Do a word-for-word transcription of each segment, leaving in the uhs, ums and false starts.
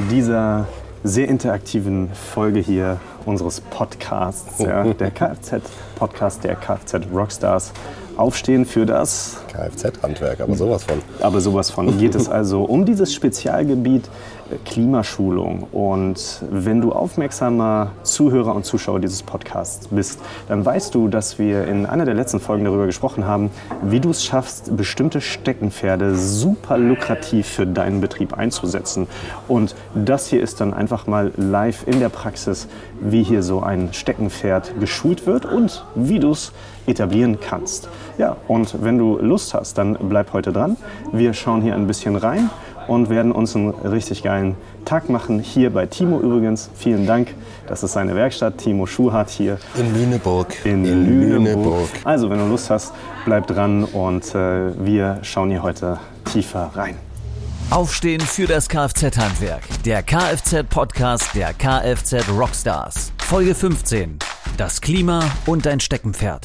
dieser sehr interaktiven Folge hier unseres Podcasts, ja, der Kfz-Podcast der Kfz-Rockstars. Aufstehen für das Kfz-Handwerk, aber sowas von. Aber sowas von. Geht es also um dieses Spezialgebiet Klimaschulung. Und wenn du aufmerksamer Zuhörer und Zuschauer dieses Podcasts bist, dann weißt du, dass wir in einer der letzten Folgen darüber gesprochen haben, wie du es schaffst, bestimmte Steckenpferde super lukrativ für deinen Betrieb einzusetzen. Und das hier ist dann einfach mal live in der Praxis, wie hier so ein Steckenpferd geschult wird und wie du es etablieren kannst. Ja, und wenn du Lust hast, dann bleib heute dran. Wir schauen hier ein bisschen rein und werden uns einen richtig geilen Tag machen. Hier bei Timo übrigens. Vielen Dank. Das ist seine Werkstatt. Timo Schuhart hier. In Lüneburg. In, in Lüneburg. Lüneburg. Also, wenn du Lust hast, bleib dran und äh, wir schauen hier heute tiefer rein. Aufstehen für das Kfz-Handwerk. Der Kfz-Podcast der Kfz-Rockstars. Folge fünfzehn. Das Klima und dein Steckenpferd.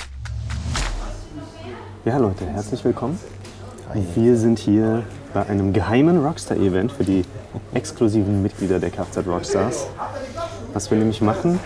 Ja, Leute, herzlich willkommen. Wir sind hier bei einem geheimen Rockstar-Event für die exklusiven Mitglieder der Kfz-Rockstars. Was wir nämlich machen,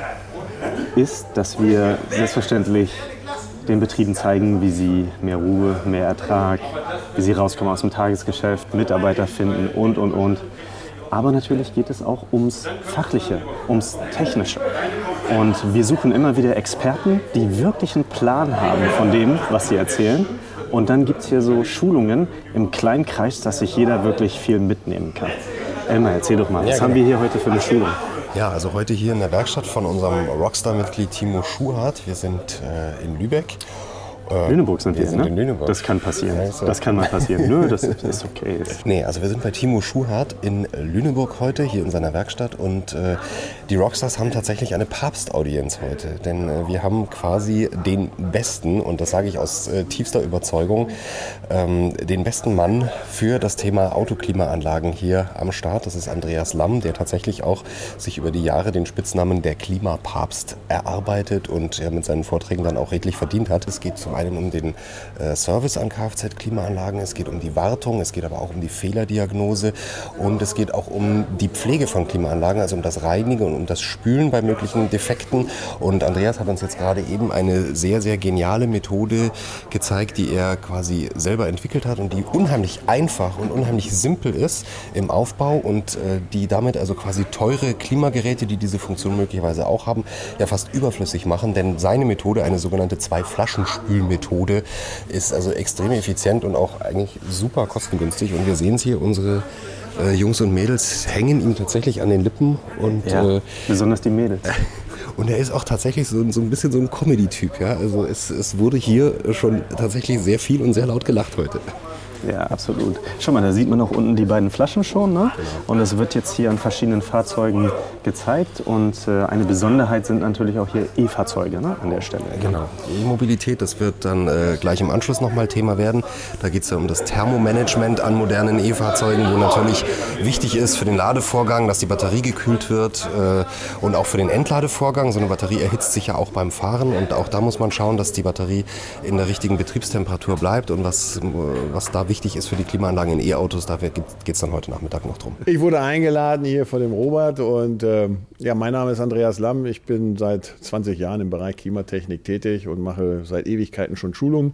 ist, dass wir selbstverständlich den Betrieben zeigen, wie sie mehr Ruhe, mehr Ertrag, wie sie rauskommen aus dem Tagesgeschäft, Mitarbeiter finden und, und, und. Aber natürlich geht es auch ums Fachliche, ums Technische. Und wir suchen immer wieder Experten, die wirklich einen Plan haben von dem, was sie erzählen. Und dann gibt es hier so Schulungen im kleinen Kreis, dass sich jeder wirklich viel mitnehmen kann. Elmar, erzähl doch mal, was ja, genau. haben wir hier heute für eine Schulung? Ja, also heute hier in der Werkstatt von unserem Rockstar-Mitglied Timo Schuhart. Wir sind äh, in Lübeck. Äh, Lüneburg sind wir, wir sind ne? in Lüneburg. Das kann passieren. Also. Das kann mal passieren. Nö, das ist okay. Nee, also wir sind bei Timo Schuhart in Lüneburg heute, hier in seiner Werkstatt. Und äh, die Rockstars haben tatsächlich eine Papstaudienz heute. Denn äh, wir haben quasi den besten, und das sage ich aus äh, tiefster Überzeugung, ähm, den besten Mann für das Thema Autoklimaanlagen hier am Start. Das ist Andreas Lamm, der tatsächlich auch sich über die Jahre den Spitznamen der Klimapapst erarbeitet und ja, mit seinen Vorträgen dann auch redlich verdient hat. Es geht zum einen um den äh, Service an Kfz-Klimaanlagen, es geht um die Wartung, es geht aber auch um die Fehlerdiagnose und es geht auch um die Pflege von Klimaanlagen, also um das Reinigen und um das Spülen bei möglichen Defekten. Und Andreas hat uns jetzt gerade eben eine sehr, sehr geniale Methode gezeigt, die er quasi selber entwickelt hat und die unheimlich einfach und unheimlich simpel ist im Aufbau und äh, die damit also quasi teure Klimageräte, die diese Funktion möglicherweise auch haben, ja fast überflüssig machen, denn seine Methode, eine sogenannte Zwei-Flaschen-Spül Methode ist also extrem effizient und auch eigentlich super kostengünstig. Und wir sehen es hier, unsere äh, Jungs und Mädels hängen ihm tatsächlich an den Lippen. Und, ja, äh, besonders die Mädels. Und er ist auch tatsächlich so, so ein bisschen so ein Comedy-Typ. Ja? Also es, es wurde hier schon tatsächlich sehr viel und sehr laut gelacht heute. Ja, absolut. Schau mal, da sieht man auch unten die beiden Flaschen schon, ne? Und es wird jetzt hier an verschiedenen Fahrzeugen gezeigt. Und äh, eine Besonderheit sind natürlich auch hier E-Fahrzeuge, ne? An der Stelle. Genau. Die E-Mobilität, das wird dann äh, gleich im Anschluss nochmal Thema werden. Da geht es ja um das Thermomanagement an modernen E-Fahrzeugen, wo natürlich wichtig ist für den Ladevorgang, dass die Batterie gekühlt wird äh, und auch für den Entladevorgang. So eine Batterie erhitzt sich ja auch beim Fahren und auch da muss man schauen, dass die Batterie in der richtigen Betriebstemperatur bleibt und was, was da wichtig ist für die Klimaanlagen in E-Autos, da geht es dann heute Nachmittag noch drum. Ich wurde eingeladen hier von dem Robert und äh, ja, mein Name ist Andreas Lamm. Ich bin seit zwanzig Jahren im Bereich Klimatechnik tätig und mache seit Ewigkeiten schon Schulungen.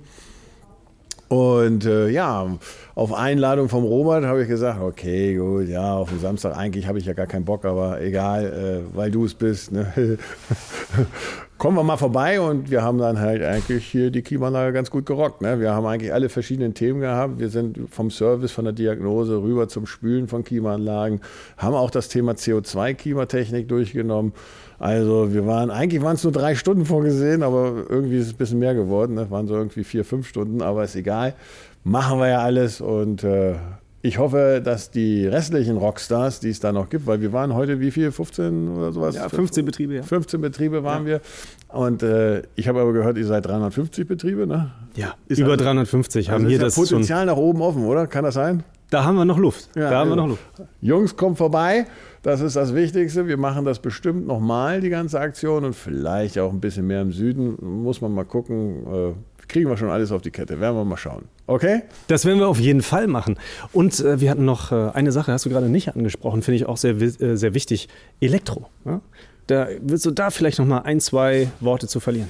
Und äh, ja, auf Einladung vom Robert habe ich gesagt, okay, gut, ja, auf den Samstag, eigentlich habe ich ja gar keinen Bock, aber egal, äh, weil du es bist, ne? Kommen wir mal vorbei und wir haben dann halt eigentlich hier die Klimaanlage ganz gut gerockt. Ne? Wir haben eigentlich alle verschiedenen Themen gehabt. Wir sind vom Service, von der Diagnose rüber zum Spülen von Klimaanlagen, haben auch das Thema C O zwei Klimatechnik durchgenommen. Also wir waren, eigentlich waren es nur drei Stunden vorgesehen, aber irgendwie ist es ein bisschen mehr geworden. Ne? Waren so irgendwie vier, fünf Stunden, aber ist egal. Machen wir ja alles und äh, ich hoffe, dass die restlichen Rockstars, die es da noch gibt, weil wir waren heute, wie viel, fünfzehn oder sowas? Ja, fünfzehn Betriebe, ja. fünfzehn Betriebe waren ja. wir. Und äh, ich habe aber gehört, ihr seid dreihundertfünfzig Betriebe, ne? Ja, ist über also, dreihundertfünfzig haben also hier ist ja das Potenzial schon nach oben offen, oder? Kann das sein? Da haben wir noch Luft. Ja, da haben also, wir noch Luft. Jungs, kommt vorbei. Das ist das Wichtigste. Wir machen das bestimmt nochmal, die ganze Aktion. Und vielleicht auch ein bisschen mehr im Süden. Muss man mal gucken, kriegen wir schon alles auf die Kette. Werden wir mal schauen. Okay? Das werden wir auf jeden Fall machen. Und äh, wir hatten noch äh, eine Sache, hast du gerade nicht angesprochen, finde ich auch sehr, äh, sehr wichtig. Elektro. Ja? Da willst du da vielleicht noch mal ein, zwei Worte zu verlieren?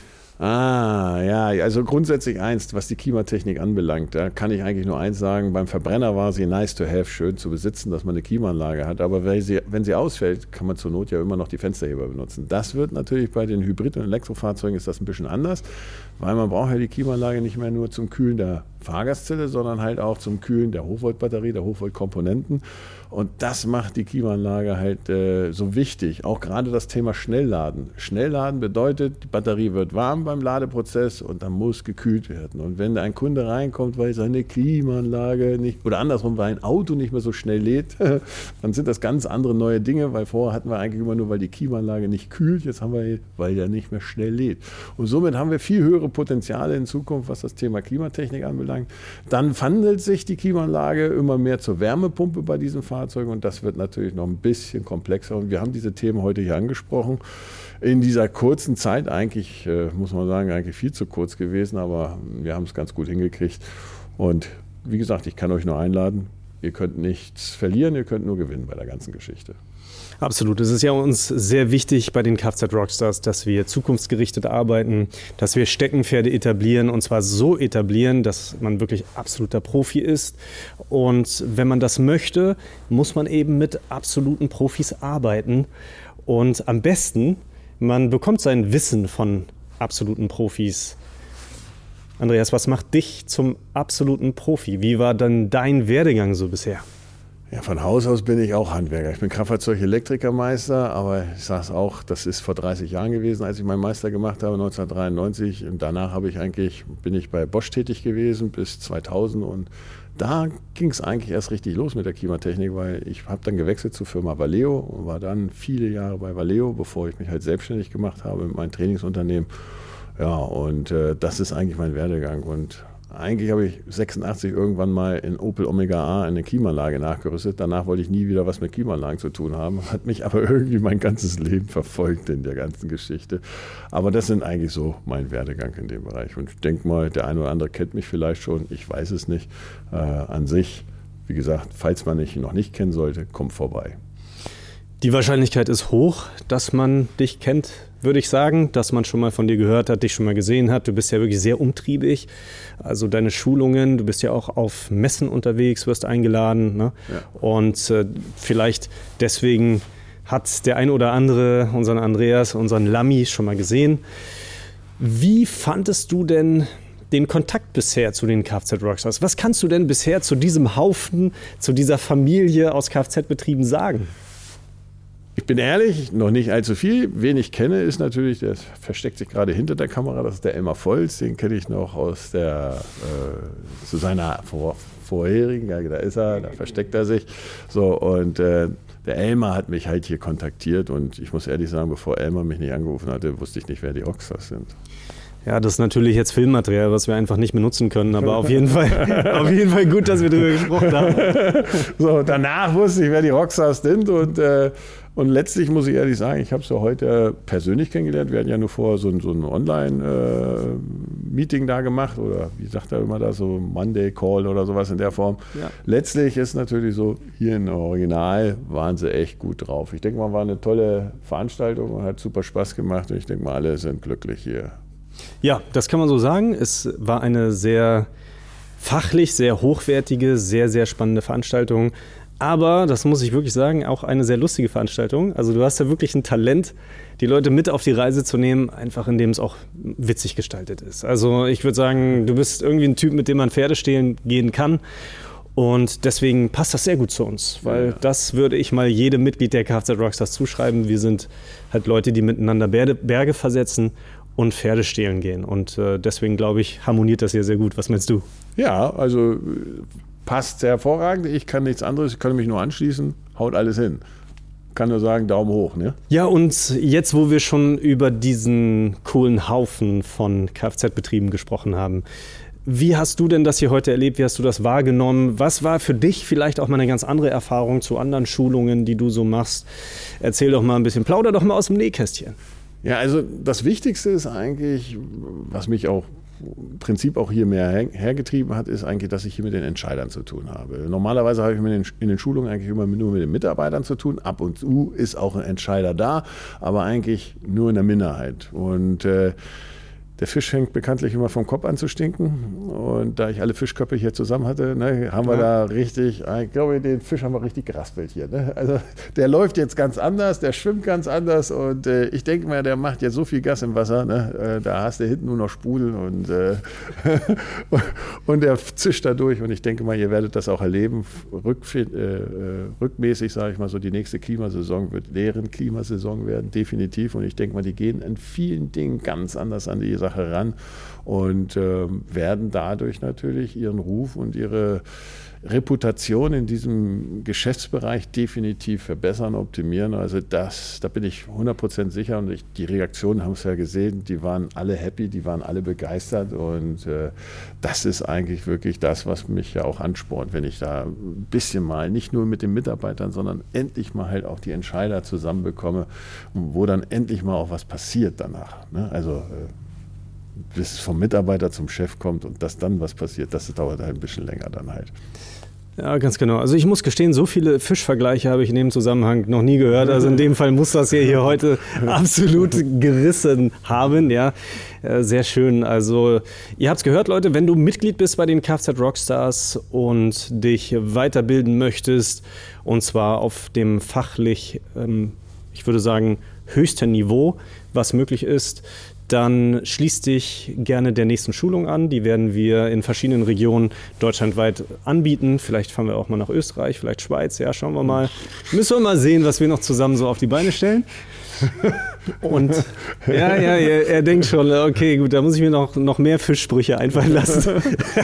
Ah, ja, also grundsätzlich eins, was die Klimatechnik anbelangt, da kann ich eigentlich nur eins sagen, beim Verbrenner war sie nice to have, schön zu besitzen, dass man eine Klimaanlage hat, aber wenn sie, wenn sie ausfällt, kann man zur Not ja immer noch die Fensterheber benutzen. Das wird natürlich bei den Hybrid- und Elektrofahrzeugen ist das ein bisschen anders, weil man braucht ja die Klimaanlage nicht mehr nur zum Kühlen der Fahrgastzelle, sondern halt auch zum Kühlen der Hochvoltbatterie, der Hochvoltkomponenten. Und das macht die Klimaanlage halt äh, so wichtig. Auch gerade das Thema Schnellladen. Schnellladen bedeutet, die Batterie wird warm beim Ladeprozess und dann muss gekühlt werden. Und wenn ein Kunde reinkommt, weil seine Klimaanlage nicht, oder andersrum, weil ein Auto nicht mehr so schnell lädt, dann sind das ganz andere neue Dinge, weil vorher hatten wir eigentlich immer nur, weil die Klimaanlage nicht kühlt, jetzt haben wir, weil er nicht mehr schnell lädt. Und somit haben wir viel höhere Potenziale in Zukunft, was das Thema Klimatechnik anbelangt. Dann wandelt sich die Klimaanlage immer mehr zur Wärmepumpe bei diesen Fahrzeugen und das wird natürlich noch ein bisschen komplexer. Und wir haben diese Themen heute hier angesprochen. In dieser kurzen Zeit, eigentlich, äh, muss man sagen, eigentlich viel zu kurz gewesen, aber wir haben es ganz gut hingekriegt. Und wie gesagt, ich kann euch nur einladen. Ihr könnt nichts verlieren, ihr könnt nur gewinnen bei der ganzen Geschichte. Absolut. Es ist ja uns sehr wichtig bei den Kfz Rockstars, dass wir zukunftsgerichtet arbeiten, dass wir Steckenpferde etablieren und zwar so etablieren, dass man wirklich absoluter Profi ist. Und wenn man das möchte, muss man eben mit absoluten Profis arbeiten. Und am besten, man bekommt sein Wissen von absoluten Profis. Andreas, was macht dich zum absoluten Profi? Wie war dann dein Werdegang so bisher? Ja, von Haus aus bin ich auch Handwerker. Ich bin Kraftfahrzeug-Elektrikermeister, aber ich sage es auch, das ist vor dreißig Jahren gewesen, als ich meinen Meister gemacht habe, neunzehnhundertdreiundneunzig. Und danach habe ich eigentlich, bin ich bei Bosch tätig gewesen bis zweitausend und da ging es eigentlich erst richtig los mit der Klimatechnik, weil ich habe dann gewechselt zur Firma Valeo und war dann viele Jahre bei Valeo, bevor ich mich halt selbstständig gemacht habe mit meinem Trainingsunternehmen. Ja, und äh, das ist eigentlich mein Werdegang und eigentlich habe ich sechsundachtzig irgendwann mal in Opel Omega A eine Klimaanlage nachgerüstet. Danach wollte ich nie wieder was mit Klimaanlagen zu tun haben. Hat mich aber irgendwie mein ganzes Leben verfolgt in der ganzen Geschichte. Aber das sind eigentlich so mein Werdegang in dem Bereich. Und ich denke mal, der eine oder andere kennt mich vielleicht schon. Ich weiß es nicht. Äh, an sich, wie gesagt, falls man mich noch nicht kennen sollte, kommt vorbei. Die Wahrscheinlichkeit ist hoch, dass man dich kennt, würde ich sagen, dass man schon mal von dir gehört hat, dich schon mal gesehen hat. Du bist ja wirklich sehr umtriebig. Also deine Schulungen, du bist ja auch auf Messen unterwegs, wirst eingeladen. Ne? Ja. Und äh, vielleicht deswegen hat der ein oder andere unseren Andreas, unseren Lammi schon mal gesehen. Wie fandest du denn den Kontakt bisher zu den Kfz Rockstars? Was kannst du denn bisher zu diesem Haufen, zu dieser Familie aus Kfz-Betrieben sagen? Ich bin ehrlich, noch nicht allzu viel. Wen ich kenne, ist natürlich, der versteckt sich gerade hinter der Kamera, das ist der Elmar Volz. Den kenne ich noch aus der, äh, zu seiner vor, vorherigen, ja, da ist er, da versteckt er sich. So, und äh, der Elmar hat mich halt hier kontaktiert und ich muss ehrlich sagen, bevor Elmar mich nicht angerufen hatte, wusste ich nicht, wer die Rockstars sind. Ja, das ist natürlich jetzt Filmmaterial, was wir einfach nicht benutzen können, aber auf jeden Fall, auf jeden Fall gut, dass wir darüber gesprochen haben. So, danach wusste ich, wer die Rockstars sind und, äh, und letztlich muss ich ehrlich sagen, ich habe sie heute persönlich kennengelernt. Wir hatten ja nur vorher so ein, so ein Online-Meeting äh, da gemacht oder wie sagt er immer da, so Monday Call oder sowas in der Form. Ja. Letztlich ist natürlich so, hier im Original waren sie echt gut drauf. Ich denke mal, war eine tolle Veranstaltung und hat super Spaß gemacht und ich denke mal, alle sind glücklich hier. Ja, das kann man so sagen. Es war eine sehr fachlich, sehr hochwertige, sehr, sehr spannende Veranstaltung. Aber, das muss ich wirklich sagen, auch eine sehr lustige Veranstaltung. Also du hast ja wirklich ein Talent, die Leute mit auf die Reise zu nehmen, einfach indem es auch witzig gestaltet ist. Also ich würde sagen, du bist irgendwie ein Typ, mit dem man Pferde stehlen gehen kann. Und deswegen passt das sehr gut zu uns, weil ja. das würde ich mal jedem Mitglied der Kfz Rockstars zuschreiben. Wir sind halt Leute, die miteinander Berge, Berge versetzen und Pferde stehlen gehen. Und äh, deswegen, glaube ich, harmoniert das hier sehr gut. Was meinst du? Ja, also passt sehr hervorragend. Ich kann nichts anderes, ich kann mich nur anschließen. Haut alles hin. Kann nur sagen, Daumen hoch. Ne? Ja, und jetzt, wo wir schon über diesen coolen Haufen von Kfz-Betrieben gesprochen haben, wie hast du denn das hier heute erlebt? Wie hast du das wahrgenommen? Was war für dich vielleicht auch mal eine ganz andere Erfahrung zu anderen Schulungen, die du so machst? Erzähl doch mal ein bisschen, plauder doch mal aus dem Nähkästchen. Ja, also das Wichtigste ist eigentlich, was mich auch Prinzip auch hier mehr her, hergetrieben hat, ist eigentlich, dass ich hier mit den Entscheidern zu tun habe. Normalerweise habe ich mit den, in den Schulungen eigentlich immer nur mit den Mitarbeitern zu tun. Ab und zu ist auch ein Entscheider da, aber eigentlich nur in der Minderheit. Und äh, der Fisch fängt bekanntlich immer vom Kopf an zu stinken. Und da ich alle Fischköpfe hier zusammen hatte, ne, haben wir ja. da richtig, ich glaube, den Fisch haben wir richtig geraspelt hier. Ne? Also der läuft jetzt ganz anders, der schwimmt ganz anders. Und äh, ich denke mal, der macht jetzt so viel Gas im Wasser, ne? äh, da hast du hinten nur noch Sprudel und, äh, und der zischt da durch. Und ich denke mal, ihr werdet das auch erleben. Rück, äh, rückmäßig, sage ich mal so, die nächste Klimasaison wird deren Klimasaison werden, definitiv. Und ich denke mal, die gehen in vielen Dingen ganz anders an die Sache ran und äh, werden dadurch natürlich ihren Ruf und ihre Reputation in diesem Geschäftsbereich definitiv verbessern, optimieren. Also das, da bin ich hundert Prozent sicher und ich, die Reaktionen haben es ja gesehen, die waren alle happy, die waren alle begeistert und äh, das ist eigentlich wirklich das, was mich ja auch anspornt, wenn ich da ein bisschen mal, nicht nur mit den Mitarbeitern, sondern endlich mal halt auch die Entscheider zusammenbekomme, wo dann endlich mal auch was passiert danach. Ne? Also äh, bis es vom Mitarbeiter zum Chef kommt und dass dann was passiert, das dauert halt ein bisschen länger dann halt. Ja, ganz genau. Also ich muss gestehen, so viele Fischvergleiche habe ich in dem Zusammenhang noch nie gehört. Also in dem Fall muss das ja hier heute absolut gerissen haben. Ja, sehr schön. Also ihr habt es gehört, Leute, wenn du Mitglied bist bei den Kfz Rockstars und dich weiterbilden möchtest, und zwar auf dem fachlich, ähm, ich würde sagen, höchsten Niveau, was möglich ist, dann schließ dich gerne der nächsten Schulung an. Die werden wir in verschiedenen Regionen deutschlandweit anbieten. Vielleicht fahren wir auch mal nach Österreich, vielleicht Schweiz. Ja, schauen wir mal. Müssen wir mal sehen, was wir noch zusammen so auf die Beine stellen. Und ja, ja, er, er denkt schon, okay, gut, da muss ich mir noch, noch mehr Fischsprüche einfallen lassen.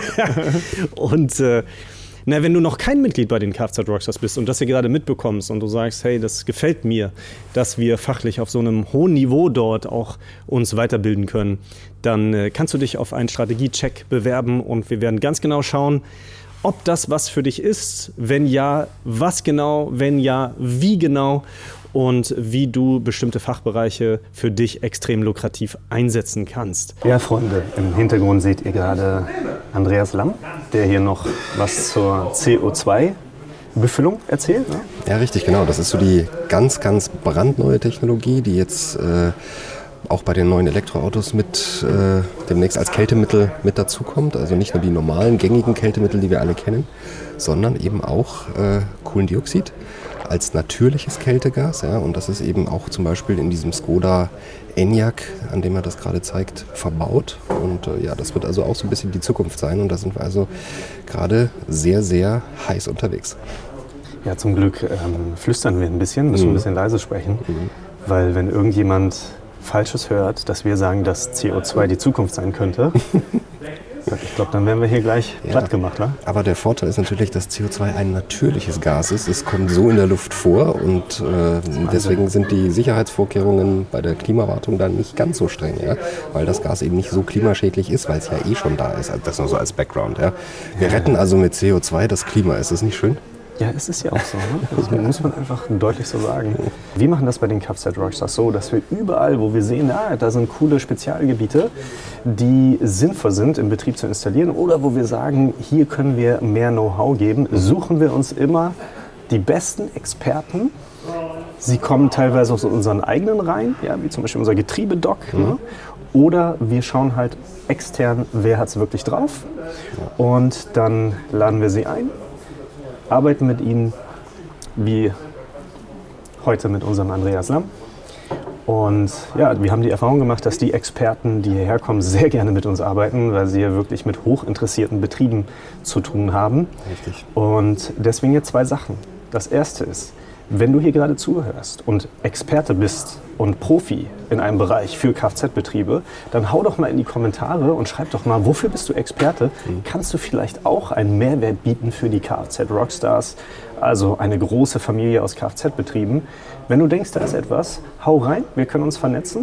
Und äh, na, wenn du noch kein Mitglied bei den Kfz Rockstars bist und das hier gerade mitbekommst und du sagst, hey, das gefällt mir, dass wir fachlich auf so einem hohen Niveau dort auch uns weiterbilden können, dann äh, kannst du dich auf einen Strategiecheck bewerben und wir werden ganz genau schauen, ob das was für dich ist, wenn ja, was genau, wenn ja, wie genau und wie du bestimmte Fachbereiche für dich extrem lukrativ einsetzen kannst. Ja, Freunde, im Hintergrund seht ihr gerade Andreas Lamm, der hier noch was zur C O zwei Befüllung erzählt. Ne? Ja, richtig, genau. Das ist so die ganz, ganz brandneue Technologie, die jetzt äh, auch bei den neuen Elektroautos mit äh, demnächst als Kältemittel mit dazukommt. Also nicht nur die normalen, gängigen Kältemittel, die wir alle kennen, sondern eben auch äh, Kohlendioxid als natürliches Kältegas. Ja, und das ist eben auch zum Beispiel in diesem Skoda Enyaq, an dem er das gerade zeigt, verbaut. Und äh, ja, das wird also auch so ein bisschen die Zukunft sein. Und da sind wir also gerade sehr, sehr heiß unterwegs. Ja, zum Glück ähm, flüstern wir ein bisschen, müssen mhm. ein bisschen leise sprechen. Mhm. Weil wenn irgendjemand Falsches hört, dass wir sagen, dass C O zwei die Zukunft sein könnte, ich glaube, dann werden wir hier gleich ja, platt gemacht. Ne? Aber der Vorteil ist natürlich, dass C O zwei ein natürliches Gas ist. Es kommt so in der Luft vor und äh, deswegen sind die Sicherheitsvorkehrungen bei der Klimawartung dann nicht ganz so streng, ja? Weil das Gas eben nicht so klimaschädlich ist, weil es ja eh schon da ist. Das nur so als Background. Ja? Wir ja. retten also mit C O zwei das Klima. Ist das nicht schön? Ja, es ist ja auch so. Ne? Das muss man einfach deutlich so sagen. Wir machen das bei den Kfz Rockstars so, dass wir überall, wo wir sehen, ah, da sind coole Spezialgebiete, die sinnvoll sind, im Betrieb zu installieren oder wo wir sagen, hier können wir mehr Know-how geben, suchen wir uns immer die besten Experten. Sie kommen teilweise aus unseren eigenen Reihen, ja, wie zum Beispiel unser Getriebedoc. Mhm. Ne? Oder wir schauen halt extern, wer hat es wirklich drauf. Und dann laden wir sie ein. Arbeiten mit ihnen, wie heute mit unserem Andreas Lamm. Und ja, wir haben die Erfahrung gemacht, dass die Experten, die hierher kommen, sehr gerne mit uns arbeiten, weil sie ja wirklich mit hochinteressierten Betrieben zu tun haben. Richtig. Und deswegen jetzt zwei Sachen. Das erste ist, wenn du hier gerade zuhörst und Experte bist und Profi in einem Bereich für Kfz-Betriebe, dann hau doch mal in die Kommentare und schreib doch mal, wofür bist du Experte? Mhm. Kannst du vielleicht auch einen Mehrwert bieten für die Kfz Rockstars, also eine große Familie aus Kfz-Betrieben? Wenn du denkst, da ist etwas, hau rein, wir können uns vernetzen.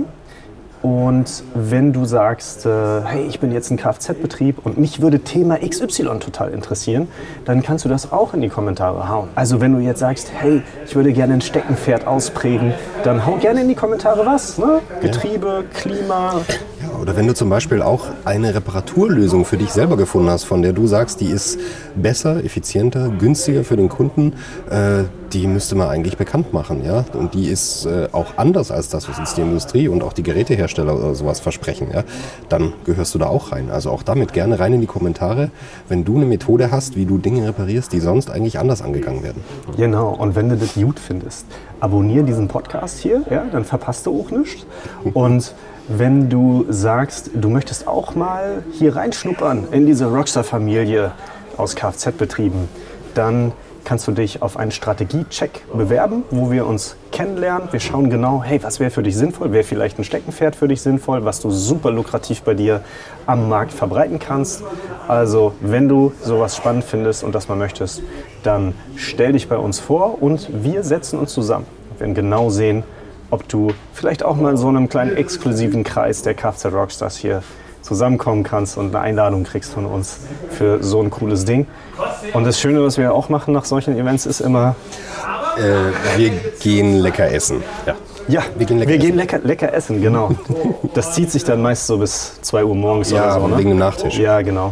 Und wenn du sagst, äh, hey, ich bin jetzt ein Kfz-Betrieb und mich würde Thema X Y total interessieren, dann kannst du das auch in die Kommentare hauen. Also wenn du jetzt sagst, hey, ich würde gerne ein Steckenpferd ausprägen, dann hau gerne in die Kommentare was, ne? Getriebe, Klima. Ja, Oder wenn du zum Beispiel auch eine Reparaturlösung für dich selber gefunden hast, von der du sagst, die ist besser, effizienter, günstiger für den Kunden, äh, die müsste man eigentlich bekannt machen. Ja? Und die ist äh, auch anders als das, was uns die Industrie und auch die Gerätehersteller oder sowas versprechen. Ja? Dann gehörst du da auch rein. Also auch damit gerne rein in die Kommentare, wenn du eine Methode hast, wie du Dinge reparierst, die sonst eigentlich anders angegangen werden. Genau, und wenn du das gut findest, abonniere diesen Podcast hier, ja, dann verpasst du auch nichts. Und wenn du sagst, du möchtest auch mal hier reinschnuppern in diese Rockstar-Familie aus Kfz-Betrieben, dann kannst du dich auf einen Strategie-Check bewerben, wo wir uns kennenlernen. Wir schauen genau, hey, was wäre für dich sinnvoll, wäre vielleicht ein Steckenpferd für dich sinnvoll, was du super lukrativ bei dir am Markt verbreiten kannst. Also wenn du sowas spannend findest und das mal möchtest, dann stell dich bei uns vor und wir setzen uns zusammen. Wir werden genau sehen, ob du vielleicht auch mal in so einem kleinen exklusiven Kreis der Kfz-Rockstars hier zusammenkommen kannst und eine Einladung kriegst von uns für so ein cooles Ding. Und das Schöne, was wir auch machen nach solchen Events, ist immer... Äh, wir gehen lecker essen. Ja, ja wir gehen, lecker, wir essen. gehen lecker, lecker essen, genau. Das zieht sich dann meist so bis zwei Uhr morgens ja, oder so. Ja, ne? wegen dem Nachtisch. Ja, genau.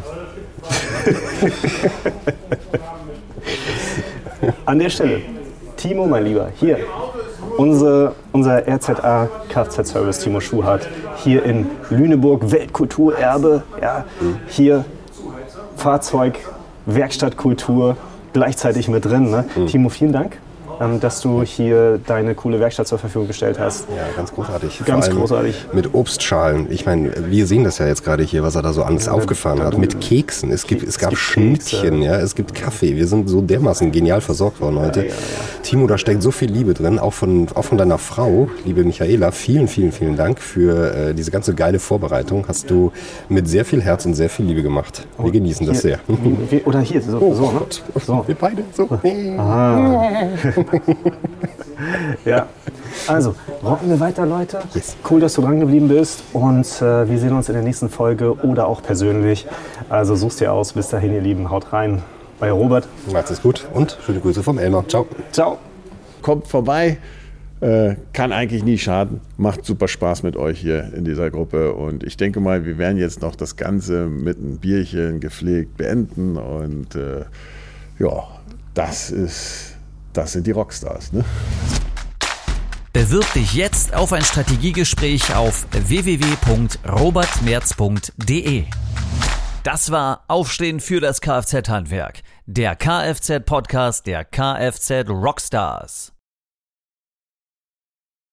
An der Stelle, Timo, mein Lieber, hier. Unser, unser R Z A Kfz-Service Timo Schuhart hier in Lüneburg, Weltkulturerbe, ja, hier Fahrzeug, Werkstattkultur gleichzeitig mit drin. Ne? Mhm. Timo, vielen Dank, ähm, dass du hier deine coole Werkstatt zur Verfügung gestellt hast. Ja, ganz großartig. Ganz großartig. Mit Obstschalen. Ich meine, wir sehen das ja jetzt gerade hier, was er da so alles ja, aufgefahren hat. Mit Keksen. Es, gibt, es gab es Schnittchen, ja, es gibt Kaffee. Wir sind so dermaßen genial versorgt worden heute. Ja, ja, ja. Timo, da steckt so viel Liebe drin, auch von, auch von deiner Frau, liebe Michaela. Vielen, vielen, vielen Dank für äh, diese ganze geile Vorbereitung. Hast du mit sehr viel Herz und sehr viel Liebe gemacht. Wir genießen hier, das sehr. Wir, oder hier, so. Oh, so, ne? so. Wir beide, so. Ah. Ja, also rocken wir weiter, Leute. Yes. Cool, dass du dran geblieben bist und äh, wir sehen uns in der nächsten Folge oder auch persönlich. Also such's dir aus. Bis dahin, ihr Lieben, haut rein. Bei Robert. Macht's es gut und schöne Grüße vom Elmar. Ciao. Ciao. Kommt vorbei. Äh, kann eigentlich nie schaden. Macht super Spaß mit euch hier in dieser Gruppe. Und ich denke mal, wir werden jetzt noch das Ganze mit einem Bierchen gepflegt beenden. Und äh, ja, das ist... Das sind die Rockstars, ne? Bewirb dich jetzt auf ein Strategiegespräch auf w w w punkt robert merz punkt d e. Das war Aufstehen für das Kfz-Handwerk, der Kfz-Podcast der Kfz Rockstars.